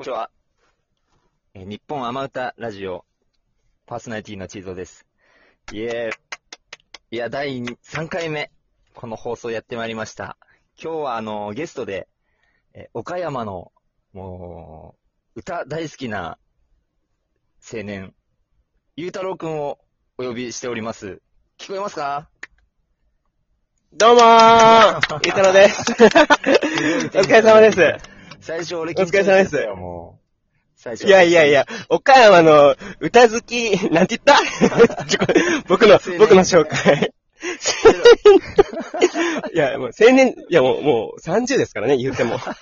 こんにちは。日本雨歌ラジオパーソナリティのチーゾーです。いや、第3回目、この放送やってまいりました。今日はゲストで、岡山の、もう、歌大好きな青年、ゆうたろうくんをお呼びしております。聞こえますか？ どうもーゆうたろうです。お疲れ様です。 最初俺緊張してたよ、もう。最初。 いや、岡山の歌好き、なんて言った僕の紹介。いや、もう青年、いやもう30ですからね、言うても。青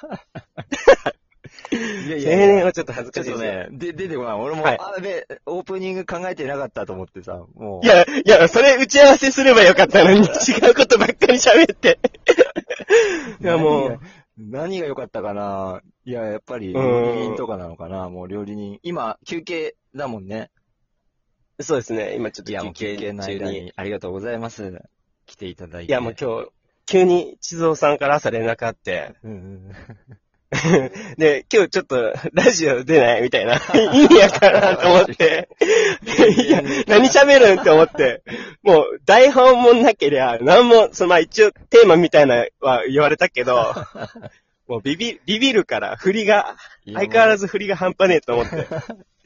年はちょっと恥ずかしいですね。出てこない。俺も、オープニング考えてなかったと思ってさ、もう。 いや、それ打ち合わせすればよかったのに、違うことばっかり喋って。いや、もう。 何が良かったかな。いや、やっぱり、料理人とかなのかな。もう料理人。今、休憩だもんね。 そうですね。今ちょっと休憩の間に。ありがとうございます。来ていただいて。 いや、もう今日、急に地蔵さんから朝連絡あって。で、今日ちょっとラジオ出ないみたいな。意味やからなと思って。いや、何喋るんって思って。もう台本もなけりゃ、なんも、一応テーマみたいなは言われたけど、もうビビるから振りが、相変わらず振りが半端ねえと思って。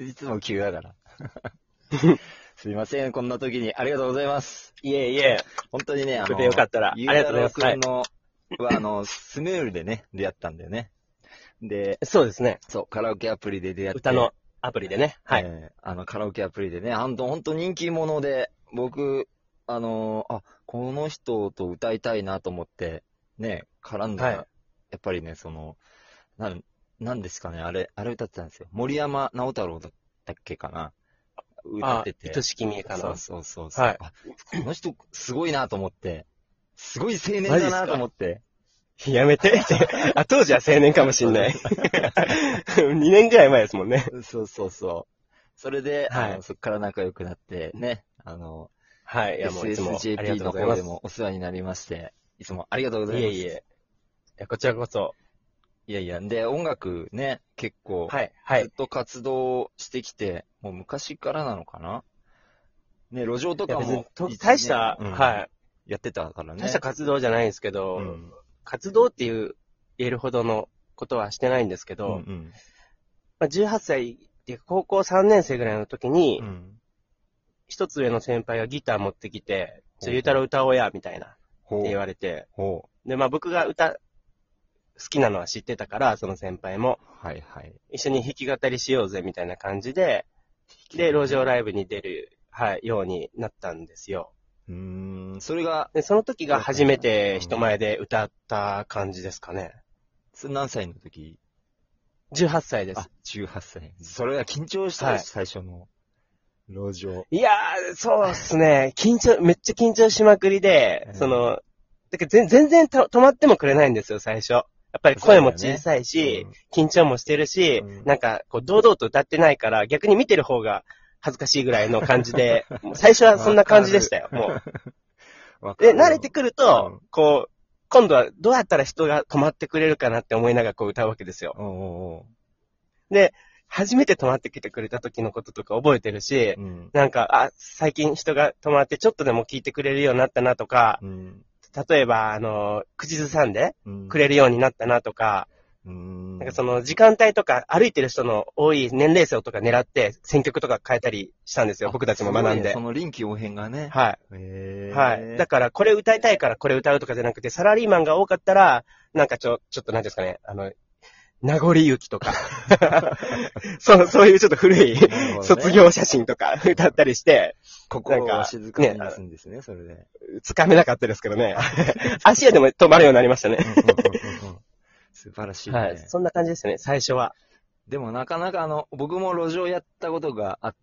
いつも急だから。すいません、こんな時にありがとうございます。 いえ。 本当にね、 これでよかったら。ありがとうございます。 ゆうたろうくんの、スメールでね、出会ったんだよね。で、 そうですね。 そう、カラオケアプリで出会って。 歌のアプリでね。はい。 カラオケアプリでね、ほんと人気者で、僕、この人と歌いたいなと思って、ね、絡んだら、やっぱりね、なんですかね、あれ歌ってたんですよ。森山直太朗だったっけかな。歌ってて。 愛しき見えかな。 そう。 はい。 この人、すごいなと思って、すごい青年だなと思って。 やめて。当時は青年かもしんない。2年ぐらい前ですもんね。 そう。それで、そっから仲良くなって、ね、 はい、いやもういつも SSJP の方でもお世話になりまして、いつもありがとうございます。 いえ。こちらこそ。 いや、で、音楽ね、結構、ずっと活動してきて、もう昔からなのかな？ね、路上とかも、 大した、 やってたからね。 大した活動じゃないんですけど、活動って言えるほどのことはしてないんですけど、18歳っていうか高校3年生ぐらいの時に、一つ上の先輩がギター持ってきて、ゆうたろう歌おうや、みたいな、って言われて、で、僕が歌、好きなのは知ってたから、その先輩も。一緒に弾き語りしようぜ、みたいな感じで、で、路上ライブに出る、ようになったんですよ。 それが、 で、その時が初めて人前で歌った感じですかね。 それ何歳の時 ？18歳です。 18歳。それは緊張した最初の路上。 いやー、そうっすね。めっちゃ緊張しまくりで、だけど全然止まってもくれないんですよ、最初。やっぱり声も小さいし、緊張もしてるし、なんか、堂々と歌ってないから、逆に見てる方が恥ずかしいぐらいの感じで、最初はそんな感じでしたよ、もう。で、慣れてくると、今度はどうやったら人が止まってくれるかなって思いながら歌うわけですよ。で、初めて止まってきてくれた時のこととか覚えてるし、なんか、最近人が止まってちょっとでも聞いてくれるようになったなとか、例えば、口ずさんでくれるようになったなとか、なんか時間帯とか歩いてる人の多い年齢層とか狙って選曲とか変えたりしたんですよ、僕たちも学んで。 その臨機応変がね。 はい。だからこれ歌いたいからこれ歌うとかじゃなくて、サラリーマンが多かったら、なんかちょっと何ですかね、名残雪とかそういうちょっと古い卒業写真とか歌ったりして、 心を静かにするんですね、それで。 つかめなかったですけどね。足でも止まるようになりましたね。 素晴らしいね。 そんな感じですね、最初は。 でもなかなか僕も路上やったことがあって、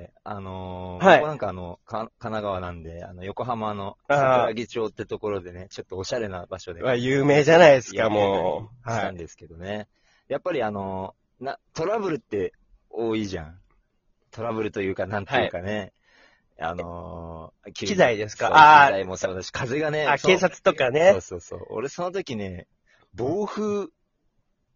僕なんか神奈川なんで、横浜の桜木町ってところでね、ちょっとおしゃれな場所で。 有名じゃないですか、もう。したんですけどね。やっぱりトラブルって多いじゃん。トラブルというか、なんていうかね。 機材ですか？ 機材もそうだし、風がね。 警察とかね。 そう。俺その時ね、暴風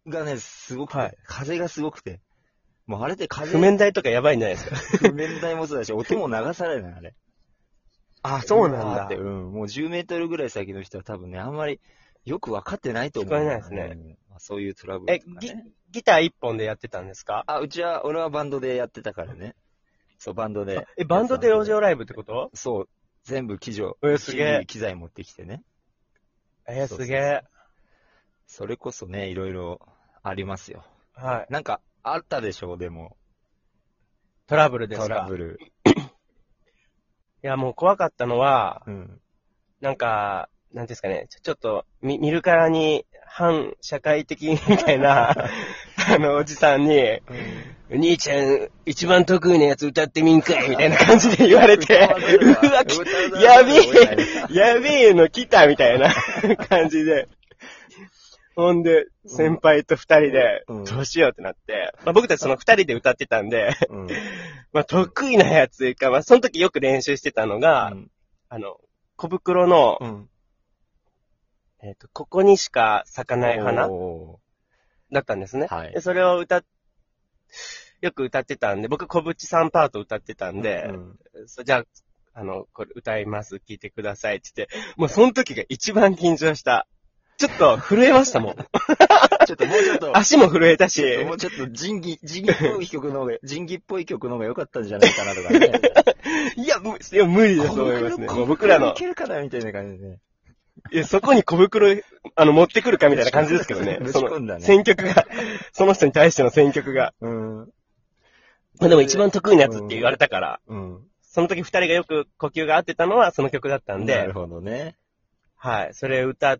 がね、すごくて、 はい風がすごくて。もうあれで風、 譜面台とかやばいんじゃないですか。 譜面台もそうだし、音も流されない、あれ。 あ、そうなんだわーって、。もう10メートルぐらい先の人は多分ね、あんまりよくわかってないと思う。 聞こえないですね。 まあそういうトラブルえ、 とかね。 ギター一本でやってたんですか？ あ、俺はバンドでやってたからね。そう、バンドで。 バンドで路上ライブってこと？ そう、全部すげえ機材持ってきてね。 すげえ。 それこそね、いろいろありますよ。 はい。 なんか、あったでしょう、でも。 トラブルですか？ トラブル。 いや、もう怖かったのは、 うん。 なんか、なんですかね、ちょっと、見るからに反社会的みたいな、おじさんに、兄ちゃん、一番得意なやつ歌ってみんかいみたいな感じで言われて、うわ、やべやべえの来たみたいな感じで。ほんで、先輩と二人で、 うんどうしようってなって、まあ、僕たちその二人で歌ってたんで、 うん。 まあ、得意なやつか、まあ、その時よく練習してたのが、小袋の、 うん。 ここにしか咲かない花おだったんですね。 はいでそれをよく歌ってたんで、僕小渕さんパート歌ってたんで、じゃあ、これ歌います、聞いてくださいって言って、もうその時が一番緊張した。ちょっと震えましたもん。 ちょっともうちょっと、 足も震えたし、 もうちょっと仁義っぽい曲の方が良かったんじゃないかなとかね。 いや、無理だと思いますね。もう僕らのい、けるかなみたいな感じでね。 いや、そこに小袋、持ってくるかみたいな感じですけどね。 ぶち込んだね選曲が、その人に対しての選曲が。 うん。 まあでも一番得意なやつって言われたから、 うん。 その時二人がよく呼吸が合ってたのはその曲だったんでなる、ほどね。 はい。それ歌って、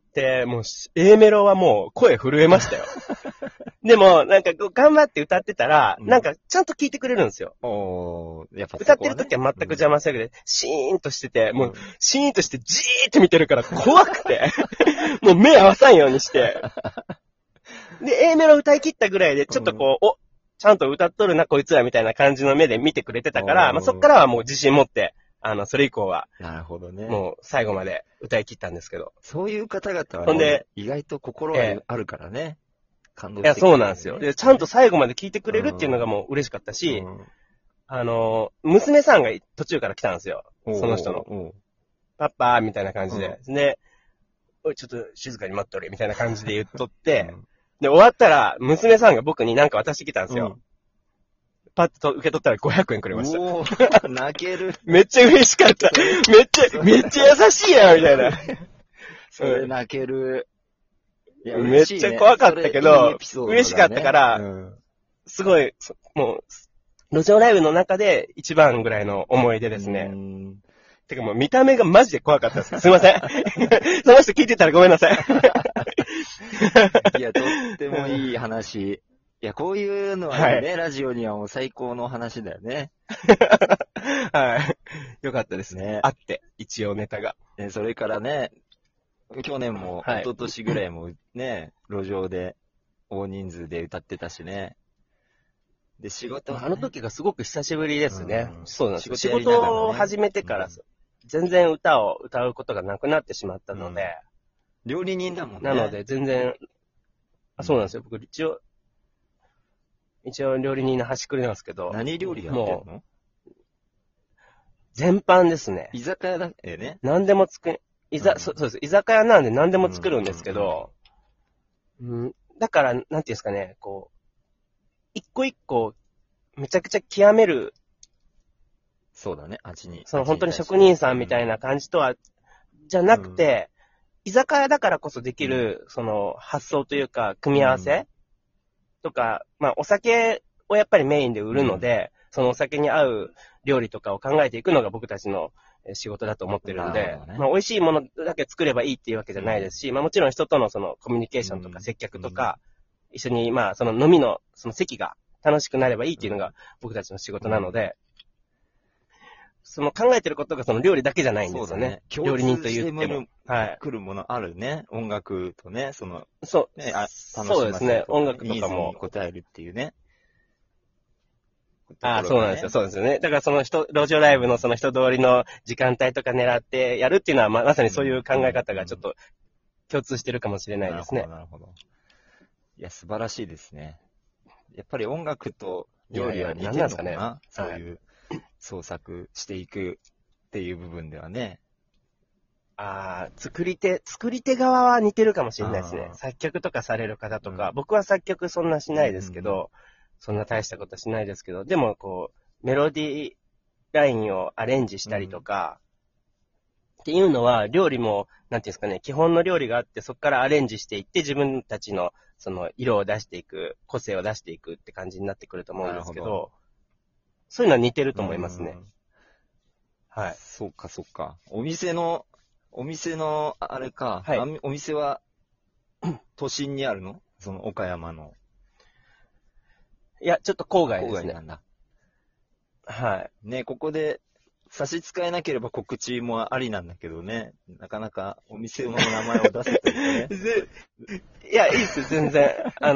もう、A メロはもう声震えましたよ。でも、なんか頑張って歌ってたら、 うんなんかちゃんと聞いてくれるんですよ。 やっぱ歌ってる時は全く邪魔せずで、シーンとしてて、もう、シーンとしてじーって見てるから怖くて、もう目合わさんようにして。で、A メロ歌い切ったぐらいで、ちょっとこう、ちゃんと歌っとるな、こいつらみたいな感じの目で見てくれてたから、まあそっからはもう自信持って、それ以降は、 なるほどね。 もう最後まで歌い切ったんですけど。 そういう方々はね、 ほんで意外と心があるからね。感動いや、そうなんですよ。で、ちゃんと最後まで聞いてくれるっていうのがもう嬉しかったし、娘さんが途中から来たんですよ。その人の。パパーみたいな感じで。で、おい、ちょっと静かに待っとれ、みたいな感じで言っとって、で、終わったら、娘さんが僕になんか渡してきたんですよ。パッと受け取ったら500円くれました。 おー、泣ける。 めっちゃ嬉しかった。めっちゃ優しいやん、みたいな。 それ泣ける。いやめっちゃ怖かったけど、嬉しかったから、 うんすごい、もう、路上ライブの中で一番ぐらいの思い出ですね。てかもう見た目がマジで怖かったです。すいません。その人聞いてたらごめんなさい。 いや、とってもいい話。いや、こういうのはね、ラジオにはもう最高の話だよね。 はい。よかったですね。 あって、一応ネタが。 それからね、去年も、 はい一昨年ぐらいもね、路上で大人数で歌ってたしね。で、仕事はね、 あの時がすごく久しぶりですね。 うんそうなんですよ。仕仕事やりながらね事を始めてから、全然歌を歌うことがなくなってしまったので、 料理人だもんね。 なので全然、そうなんですよ。僕一応料理人の端くれなんですけど、 何料理やってんの？ 全般ですね。 居酒屋だよね。 何でもそうです。居酒屋なんで何でも作るんですけど、だから、なんていうんですかね、こう、一個一個、めちゃくちゃ極める、 そうだね、味に。 本当に職人さんみたいな感じとは、じゃなくて、居酒屋だからこそできる、発想というか、組み合わせとか、まあ、お酒をやっぱりメインで売るので、そのお酒に合う料理とかを考えていくのが僕たちの仕事だと思ってるんで、まあ、美味しいものだけ作ればいいっていうわけじゃないですし、まあ、もちろん人とのそのコミュニケーションとか接客とか、一緒に、まあ、その飲みの、その席が楽しくなればいいっていうのが僕たちの仕事なので、その考えてることがその料理だけじゃないんですよね。料理人と言っても。はい。 来るものあるね。音楽とね、 そうね、 そうですね。音楽とかも。 答えるっていうね。 そうなんですよ。そうですよね。だから路上ライブのその人通りの時間帯とか狙ってやるっていうのは、まさにそういう考え方がちょっと共通してるかもしれないですね。 なるほど。 いや、素晴らしいですね。やっぱり音楽と料理は似てるのかな、 いやいやなんなんすかねそういう創作していくっていう部分ではね。 作り手側は似てるかもしれないですねあ。ー作曲とかされる方とか、 うん僕は作曲そんなしないですけうんど、そんな大したことしないですけど、でもこう、メロディーラインをアレンジしたりとか、っていうのは、料理も、なんていうんですかね、基本の料理があって、そこからアレンジしていって、自分たちの、その、色を出していく、個性を出していくって感じになってくると思うんですけなるほど、そういうのは似てると思いますねう。んはい。 そうか、そうか。お店の、あれか、 はいお店は、都心にあるのその岡山の。 いや、ちょっと郊外ですね郊外な。んだ。 はい。 ね、ここで差し支えなければ告知もありなんだけどね。なかなかお店の名前を出せというかね。 いや、いいっす、全然。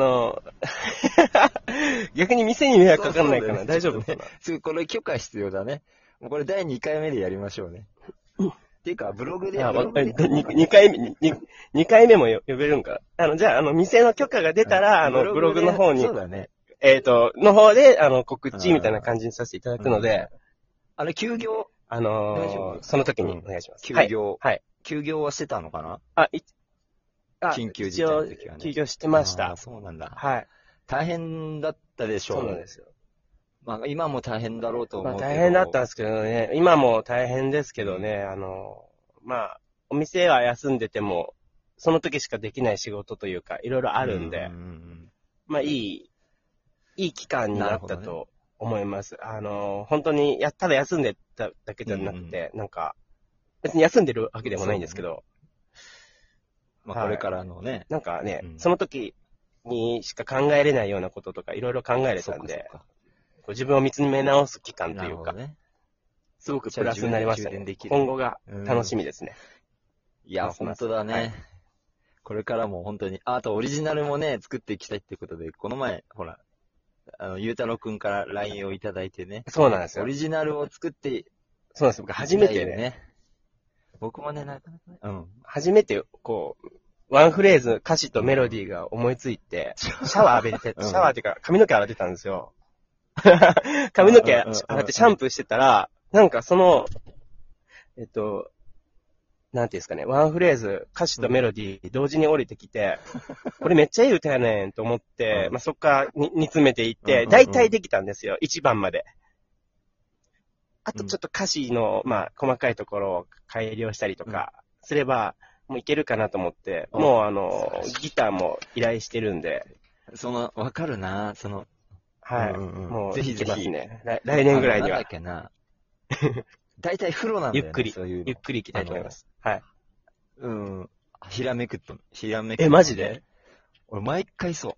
逆に店に迷惑かかんないかな。 そうだよね大丈夫かな。 これ許可必要だね。もうこれ第2回目でやりましょうね。っていうか、ブログで。 2回目、2回目も呼べるんか。じゃあ、店の許可が出たら、ブログの方にそう、だね。 の方で、告知みたいな感じにさせていただくので、 あれ、休業大丈夫その時にお願いします。 休業。 はい。 休業はしてたのかな緊急事態の時はね。 一応休業してましたあー。そうなんだ。 はい。 大変だったでしょう。 そうなんですよ。 まあ、今も大変だろうと思うけど。 大変だったんですけどね、今も大変ですけどね、お店は休んでても、その時しかできない仕事というか、いろいろあるんで、いい期間になったと思います。本当に、ただ休んでただけじゃなくて、なんか、別に休んでるわけでもないんですけど、 まあ、これからのね。 なんかね、 うんその時にしか考えれないようなこととか、いろいろ考えれたんで、こう自分を見つめ直す期間というか、 ね。 すごくプラスになりましたね充電でき。る今後が楽しみですね。 いや、 ますます本当だね。 はいこれからも本当に、あとオリジナルもね、作っていきたいってことで、この前、ほら、ゆうたろうくんから LINE をいただいてね。 そうなんですよオ。リジナルを作ってそうなんです。僕初めてね、 ね。僕もね、なかなかね。うん。 初めてこう、ワンフレーズ、歌詞とメロディーが思いついて、シャワー浴びて、 うんシャワーっていうか髪の毛洗ってたんですよ。髪の毛洗ってシャンプーしてたら、なんかその、なんていうんですかね、ワンフレーズ、歌詞とメロディー同時に降りてきて、これめっちゃいい歌やねんと思って、 うんそっから煮詰めていって、 うんうんうん大体できたんですよ、1番まで。あとちょっと歌詞の、細かいところを改良したりとかすれば、もういけるかなと思って、 うんもうギターも依頼してるんで、 わかるな、 はい。 うんうんうんもう、 ぜひぜひ行きますね。来年ぐらいにはなんだっ。けな。大体風呂なんだよね。 ゆっくりそういうのゆっくり行きたいと思います。はい。 うん。ひらめく。 マジで俺、毎回そ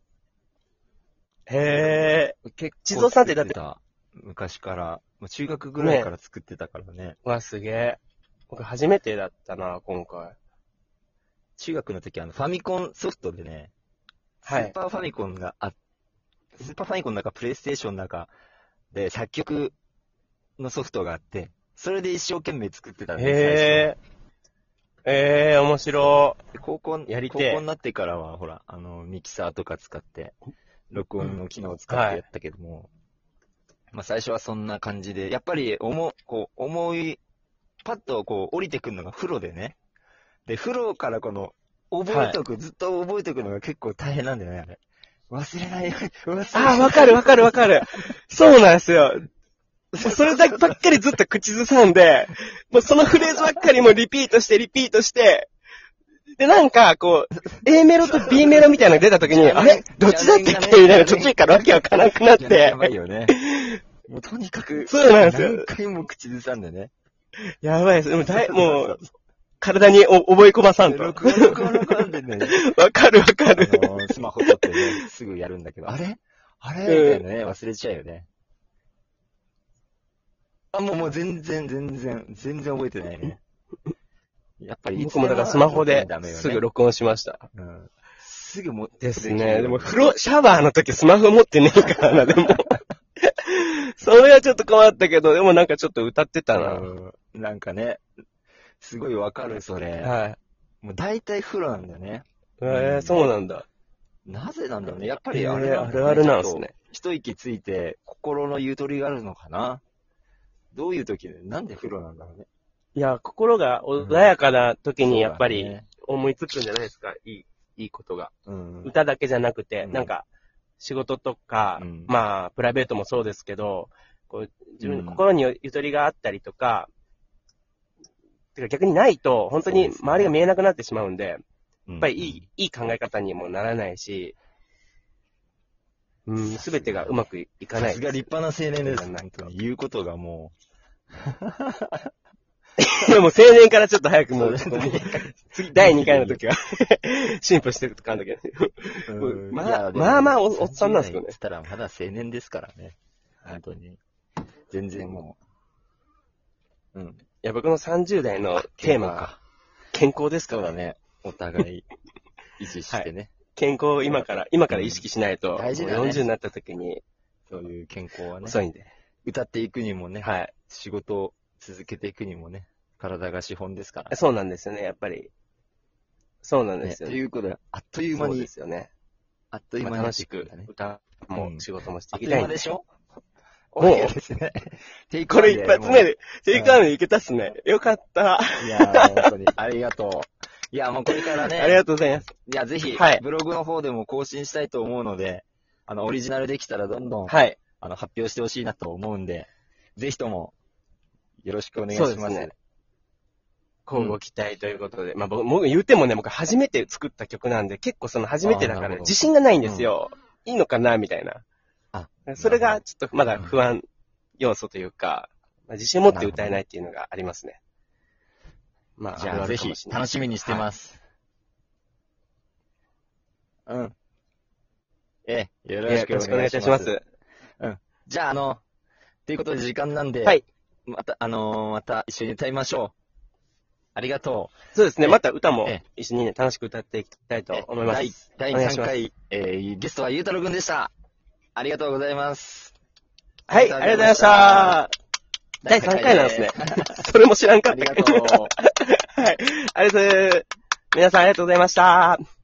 へう。結構。 地蔵さんってだって昔から。もう中学ぐらいから作ってたからね。 わ、すげえ。僕初めてだったな、今回。 中学の時ファミコンソフトでね、 はいスーパーファミコンがスーパーファミコンの中、プレイステーションの中で作曲のソフトがあって、それで一生懸命作ってたんで、 へえ、面白最初高校やりてえになってからは、ほら、ミキサーとか使って、録音の機能を使ってやったけども、まあ最初はそんな感じで、やっぱりパッと降りてくるのが風呂でね。で、風呂からずっと覚えとくのが結構大変なんだよね、あれ。忘れないように、 わかる。そうなんですよ。それだけばっかりずっと口ずさんで、もうそのフレーズばっかりもリピートして、で、なんか、A メロと B メロみたいなのが出た時に、あれどっちだったっけみたいな途中からわけわからなくなって。 やばいよね。もうとにかく、 そうなんですよ何回も口ずさんでね。 やばいです。もう、体に覚え込まさんと。 録音でね。 わかる。 スマホ取ってね、すぐやるんだけど、あれみたいなね、忘れちゃうよね。もう全然覚えてないね。やっぱり僕もだからスマホですぐ録音しました。 うん。すぐもですね。でもシャワーの時スマホ持ってねえからな、でも。それはちょっと困ったけど、でもなんかちょっと歌ってたな。 なんかね、すごいわかる、それ。 はい。 もう大体風呂なんだよね。 そうなんだ。 なぜなんだろうね。やっぱりあれなんだね、 あるあるなんですね。 一息ついて心のゆとりがあるのかな。どういう時で、なんで風呂なんだろうね。 いや、心が穏やかな時にやっぱりそうだね思いつくんじゃないですか、いいことが。 うん。 歌だけじゃなくて、 うんなんか、仕事とか、 うんまあ、プライベートもそうですけど、こう自分の心にゆとりがあったりとか、てか逆にないと、本当に周りが見えなくなってしまうんで、やっぱりいい考え方にもならないし、すべてがうまくいかない。 さすが立派な青年です。本当に言うことがもでも青年からちょっと早くもう、 そう次、第2回の時は、進歩してるとかあるんだけど、 う。 まあいやまあおっさんなんですよね 30代っつったらまだ青年ですからね。本当に。全然もう。うん。 いや、僕の30代のテーマが、健康ですからね。 そうだね。お互い維持してね。 健康を今から意識しないと、 大事だねもう40になった時にそういう健康はね。 遅いんで。 歌っていくにもね。 はい。 仕事を続けていくにもね。体が資本ですから。 そうなんですよね、やっぱり。そうなんですよね。 ということで、あっという間そうに、 ですよね。 あっという間に楽しくだね。 歌も仕事もしてあっといいきたいんで。 う間でしょもういやですね。テイクこれワンで一発目で、テイクアウトいけたっすね。よかった。 いやー、本当に、ありがとう。いや、もうこれからね、 ありがとうございます。 いや、ぜひ、 はいブログの方でも更新したいと思うので、オリジナルできたらどんどん、 はい。 発表してほしいなと思うんで、ぜひとも、よろしくお願いします。 そうですね交互期待ということで。まあ僕言うてもね、僕初めて作った曲なんで、結構その初めてだかあーなるほどら自信がないんですよ。いいのかなみたいな。 あ、 それがちょっとまだ不安要素というか、まあ自信を持って歌えないっていうのがありますね。まあ、 じゃあ、ぜひ、楽しみにしてますす。うん。よろしよろしくおくお願いしま。 願いいたしますす。 じゃあ、ということで時間なんで、 はい。 また一緒に歌いましょう。ありがとう。 そうですね。また歌もえ一緒にね、楽しく歌っていきたいと思います。 第3 お願いします回、ゲストはゆうたろうくんでした。ありがとうございます。 はい、ありがとうございました。第3回なんですね。それも知らんかったありがとう。 はい。ありがとうございます。皆さんありがとうございました。